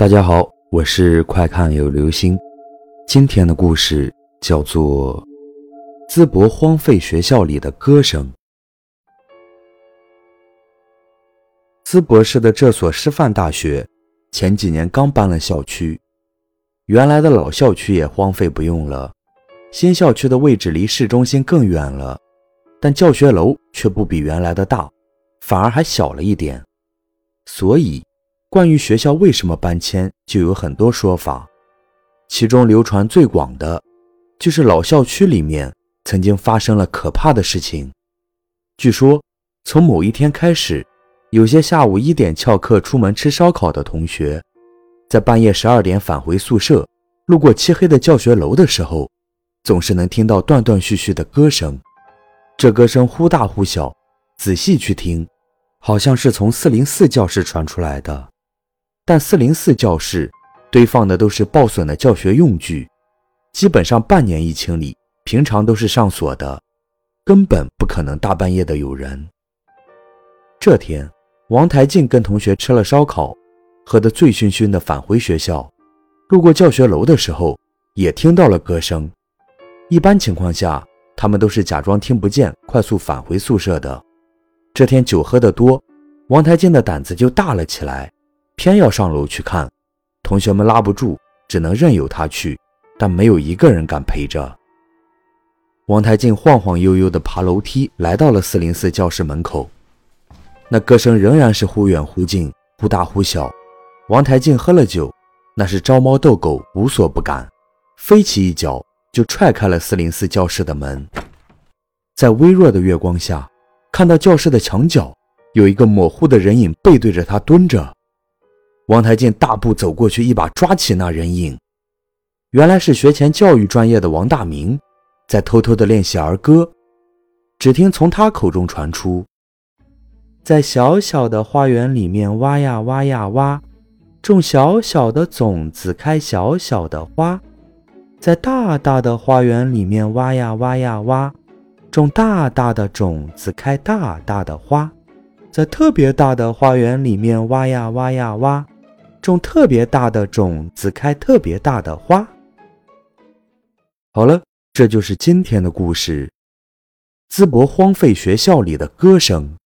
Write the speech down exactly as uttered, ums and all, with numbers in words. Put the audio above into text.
大家好，我是快看有流星。今天的故事叫做淄博荒废学校里的歌声。淄博市的这所师范大学前几年刚搬了校区，原来的老校区也荒废不用了，新校区的位置离市中心更远了，但教学楼却不比原来的大，反而还小了一点。所以关于学校为什么搬迁就有很多说法，其中流传最广的就是老校区里面曾经发生了可怕的事情。据说从某一天开始，有些下午一点翘课出门吃烧烤的同学，在半夜十二点返回宿舍，路过漆黑的教学楼的时候，总是能听到断断续续的歌声。这歌声忽大忽小，仔细去听，好像是从四零四教室传出来的。但四零四教室堆放的都是报损的教学用具，基本上半年一清理，平常都是上锁的，根本不可能大半夜的有人。这天，王台静跟同学吃了烧烤，喝得醉醺醺的返回学校，路过教学楼的时候也听到了歌声。一般情况下他们都是假装听不见，快速返回宿舍的。这天酒喝得多，王台静的胆子就大了起来，偏要上楼去看，同学们拉不住，只能任由他去，但没有一个人敢陪着。王台静晃晃悠悠地爬楼梯，来到了四零四教室门口。那歌声仍然是忽远忽近，忽大忽小。王台静喝了酒，那是招猫逗狗，无所不敢，飞起一脚就踹开了四零四教室的门。在微弱的月光下，看到教室的墙角有一个模糊的人影背对着他蹲着。王台静大步走过去，一把抓起那人影。原来是学前教育专业的王大明在偷偷地练习儿歌。只听从他口中传出，在小小的花园里面挖呀挖呀挖，种小小的种子，开小小的花，在大大的花园里面挖呀挖呀挖，种大大的种子，开大大的花，在特别大的花园里面挖呀挖呀挖，种特别大的种子，开特别大的花。好了，这就是今天的故事，淄博荒废学校里的歌声。